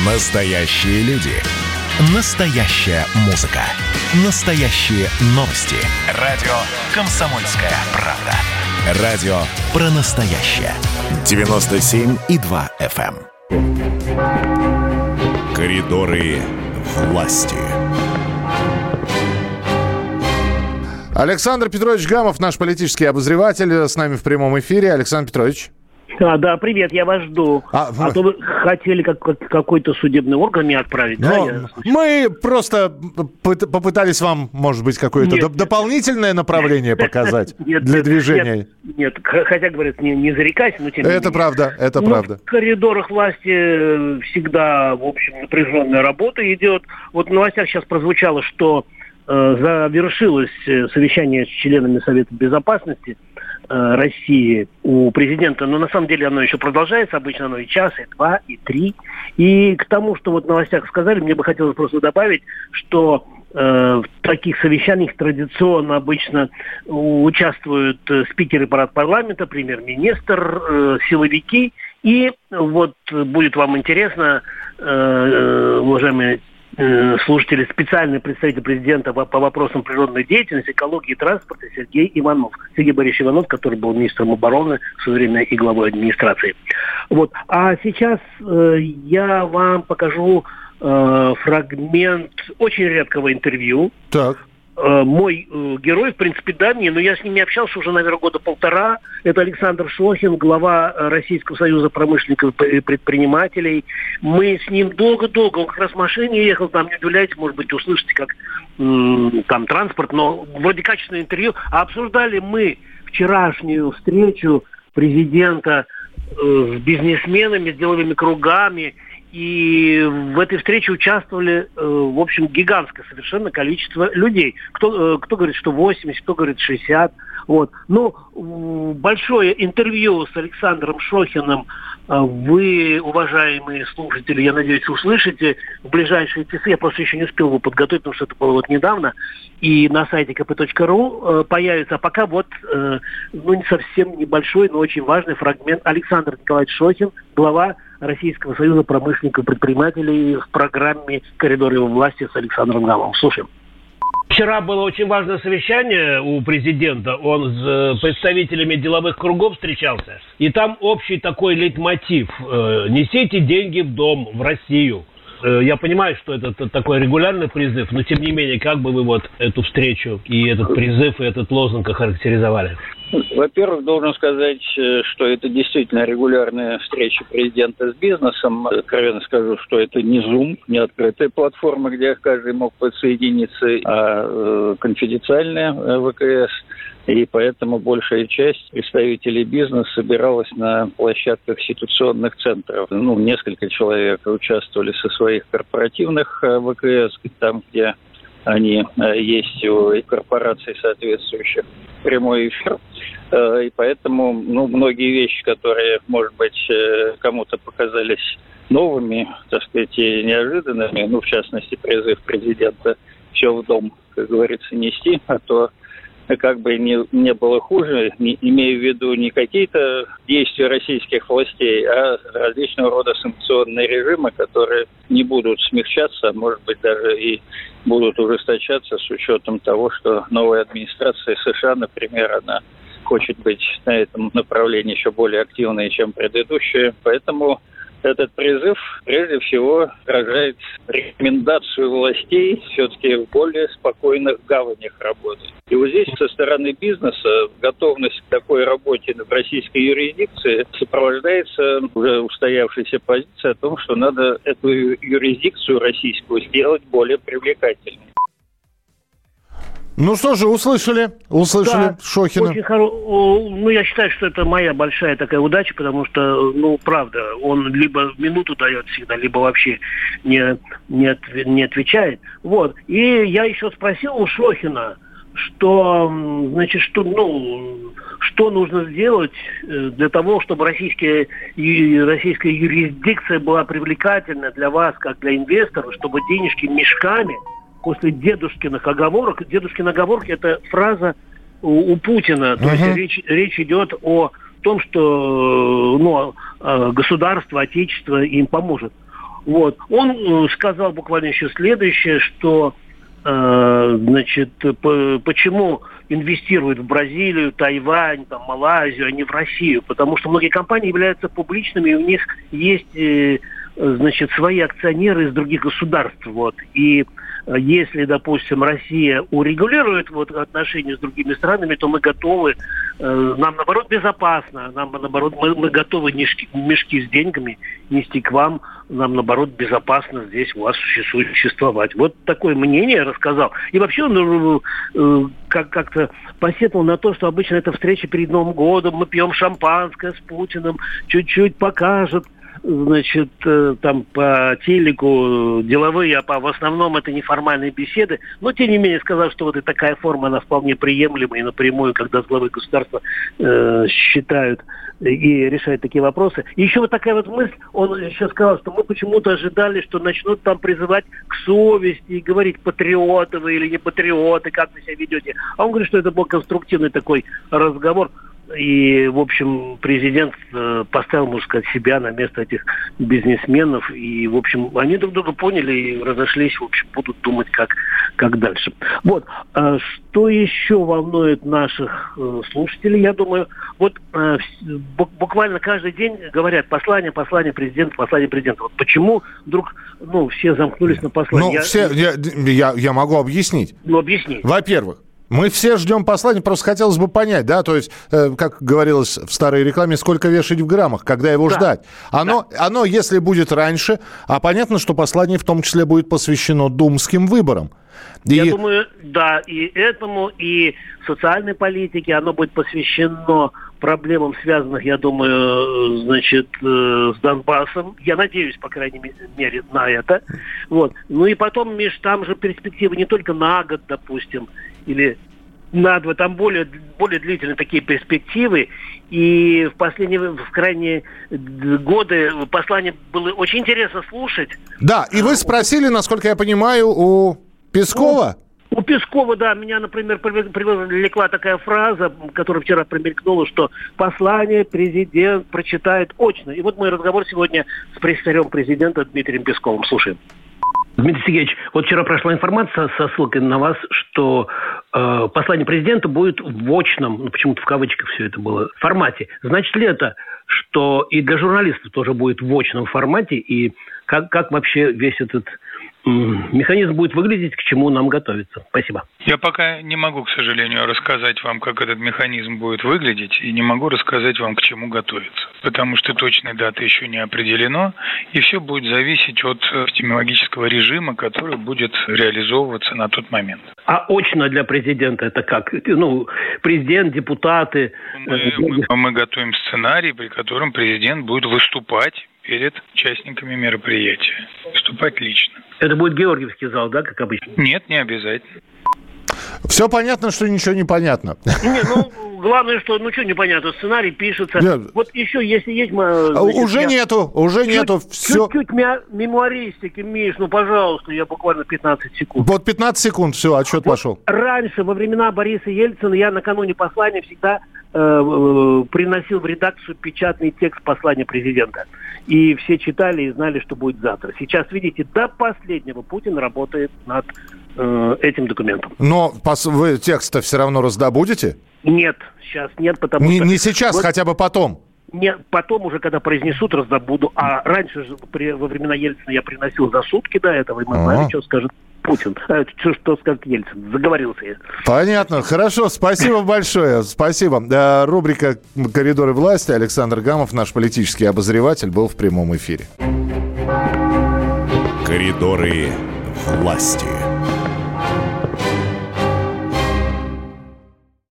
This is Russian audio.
Настоящие люди. Настоящая музыка. Настоящие новости. Радио «Комсомольская правда». Радио про настоящее. 97,2 FM. Коридоры власти. Александр Петрович Гамов, наш политический обозреватель, с нами в прямом эфире. Александр Петрович. Да, привет, я вас жду. А то вы хотели какой-то судебный орган меня отправить, да? Мы просто попытались вам, может быть, какое-то дополнительное направление показать для движения. Нет, хотя, говорят, не зарекайся, но тем не менее. Это правда, это правда. В коридорах власти всегда, в общем, напряженная работа идет. Вот в новостях сейчас прозвучало, что завершилось совещание с членами Совета Безопасности России у президента, но на самом деле оно еще продолжается, обычно оно и час, и два, и три. И к тому, что вот в новостях сказали, мне бы хотелось просто добавить, что в таких совещаниях традиционно обычно участвуют спикеры парламента, премьер-министр, силовики. И вот будет вам интересно, уважаемые слушатели, специальный представитель президента по вопросам природной деятельности, экологии и транспорта Сергей Иванов. Сергей Борисович Иванов, который был министром обороны в свое время и главой администрации. Вот. А сейчас я вам покажу фрагмент очень редкого интервью. Так. Мой герой, в принципе, давний, но я с ними общался уже, наверное, года полтора. Это Александр Шохин, глава Российского союза промышленников и предпринимателей. Мы с ним долго-долго, он как раз в машине ехал, там, не удивляйтесь, может быть, услышите, как там транспорт, но вроде качественное интервью. А обсуждали мы вчерашнюю встречу президента с бизнесменами, с деловыми кругами. И в этой встрече участвовали, в общем, гигантское совершенно количество людей. Кто говорит, что 80, кто говорит 60. Вот. Но большое интервью с Александром Шохиным вы, уважаемые слушатели, я надеюсь, услышите в ближайшие часы. Я просто еще не успел его подготовить, потому что это было вот недавно. И на сайте kp.ru появится. А пока вот, не совсем небольшой, но очень важный фрагмент. Александр Николаевич Шохин, глава Российского союза промышленников и предпринимателей в программе «Коридоры власти» с Александром Гамовым. Слушаем. Вчера было очень важное совещание у президента. Он с представителями деловых кругов встречался. И там общий такой лейтмотив. Несите деньги в дом, в Россию. Я понимаю, что это такой регулярный призыв, но тем не менее, как бы вы вот эту встречу и этот призыв, и этот лозунг охарактеризовали? Во-первых, должен сказать, что это действительно регулярная встреча президента с бизнесом. Откровенно скажу, что это не Zoom, не открытая платформа, где каждый мог подсоединиться, а конфиденциальная ВКС. И поэтому большая часть представителей бизнеса собиралась на площадках ситуационных центров. Несколько человек участвовали со своих корпоративных ВКС, там, где они есть у корпораций соответствующих, прямой эфир. И поэтому многие вещи, которые, может быть, кому-то показались новыми, так сказать, и неожиданными, в частности, призыв президента «все в дом», как говорится, нести, а то как бы не было хуже, имея в виду не какие-то действия российских властей, а различного рода санкционные режимы, которые не будут смягчаться, а может быть даже и будут ужесточаться с учетом того, что новая администрация США, например, она хочет быть на этом направлении еще более активной, чем предыдущая. Поэтому этот призыв, прежде всего, выражает рекомендацию властей все-таки в более спокойных гаванях работать. И вот здесь со стороны бизнеса готовность к такой работе в российской юрисдикции сопровождается уже устоявшейся позицией о том, что надо эту юрисдикцию российскую сделать более привлекательной. Ну что же, услышали да, Шохина. Очень я считаю, что это моя большая такая удача, потому что, правда, он либо минуту дает всегда, либо вообще не отвечает. Вот. И я еще спросил у Шохина, что нужно сделать для того, чтобы российская юрисдикция была привлекательна для вас, как для инвесторов, чтобы денежки мешками после дедушкиных оговорок. Дедушкины оговорки – это фраза у Путина. То есть речь идет о том, что государство, отечество им поможет. Вот. Он сказал буквально еще следующее, что почему инвестируют в Бразилию, Тайвань, там, Малайзию, а не в Россию? Потому что многие компании являются публичными, и у них есть, свои акционеры из других государств. Вот. И если, допустим, Россия урегулирует отношения с другими странами, то мы готовы, нам, наоборот, безопасно, нам, наоборот, мы готовы мешки с деньгами нести к вам, нам, наоборот, безопасно здесь у вас существовать. Вот такое мнение я рассказал. И вообще он как-то посетовал на то, что обычно это встреча перед Новым годом, мы пьем шампанское с Путиным, чуть-чуть покажет, там по телеку деловые, а в основном это неформальные беседы. Но, тем не менее, сказал, что вот и такая форма, она вполне приемлема, и напрямую, когда с главой государства считают и решают такие вопросы. И еще вот такая вот мысль, он еще сказал, что мы почему-то ожидали, что начнут там призывать к совести и говорить, патриоты вы или не патриоты, как вы себя ведете. А он говорит, что это был конструктивный такой разговор. И, в общем, президент поставил, можно сказать, себя на место этих бизнесменов. И, в общем, они друг друга поняли и разошлись. В общем, будут думать, как дальше. Вот. Что еще волнует наших слушателей, я думаю, вот буквально каждый день говорят послание президента. Вот почему вдруг, все замкнулись на послание? Я могу объяснить. Объясни. Во-первых, мы все ждем послания, просто хотелось бы понять, да, то есть, как говорилось в старой рекламе, сколько вешать в граммах, когда его ждать. Оно, если будет раньше, а понятно, что послание в том числе будет посвящено думским выборам. Я думаю, да, и этому, и социальной политике оно будет посвящено проблемам, связанных, я думаю, с Донбассом. Я надеюсь, по крайней мере, на это. Вот. Ну и потом, Миш, там же перспективы не только на год, допустим, или на 2, там более длительные такие перспективы. И в крайние годы послание было очень интересно слушать. Да, и вы спросили, насколько я понимаю, у Пескова? У Пескова, да, меня, например, привлекла такая фраза, которая вчера промелькнула, что послание президент прочитает очно. И вот мой разговор сегодня с пресс-секретарем президента Дмитрием Песковым. Слушаем. Дмитрий Сергеевич, вот вчера прошла информация со ссылкой на вас, что послание президента будет в очном, почему-то в кавычках все это было, формате. Значит ли это, что и для журналистов тоже будет в очном формате? И как вообще весь этот механизм будет выглядеть, к чему нам готовиться? Спасибо. Я пока не могу, к сожалению, рассказать вам, как этот механизм будет выглядеть, и не могу рассказать вам, к чему готовиться, потому что точной даты еще не определено, и все будет зависеть от эпидемиологического режима, который будет реализовываться на тот момент. А очно для президента это как? Президент, депутаты? Мы готовим сценарий, при котором президент будет выступать перед участниками мероприятия. Выступать лично. Это будет Георгиевский зал, да, как обычно? Нет, не обязательно. Все понятно, что ничего не понятно. Главное, что, что непонятно, сценарий пишется. Нет. Вот еще, если есть... Уже нету, все. Чуть-чуть мемуаристики, Миш, пожалуйста, я буквально 15 секунд. Вот 15 секунд, все, отчет пошел. Раньше, во времена Бориса Ельцина, я накануне послания всегда приносил в редакцию печатный текст послания президента. И все читали и знали, что будет завтра. Сейчас, видите, до последнего Путин работает над этим документом. Но вы текст-то все равно раздобудете? Нет, сейчас нет, потому что... Не сейчас, хотя бы потом. Нет, потом уже, когда произнесут, раздобуду. А раньше же, во времена Ельцина, я приносил за сутки до этого, и мы знали, что скажет Путин. Что скажет Ельцин? Заговорился я. Понятно. Хорошо. Спасибо большое. Спасибо. Рубрика «Коридоры власти». Александр Гамов, наш политический обозреватель, был в прямом эфире. Коридоры власти.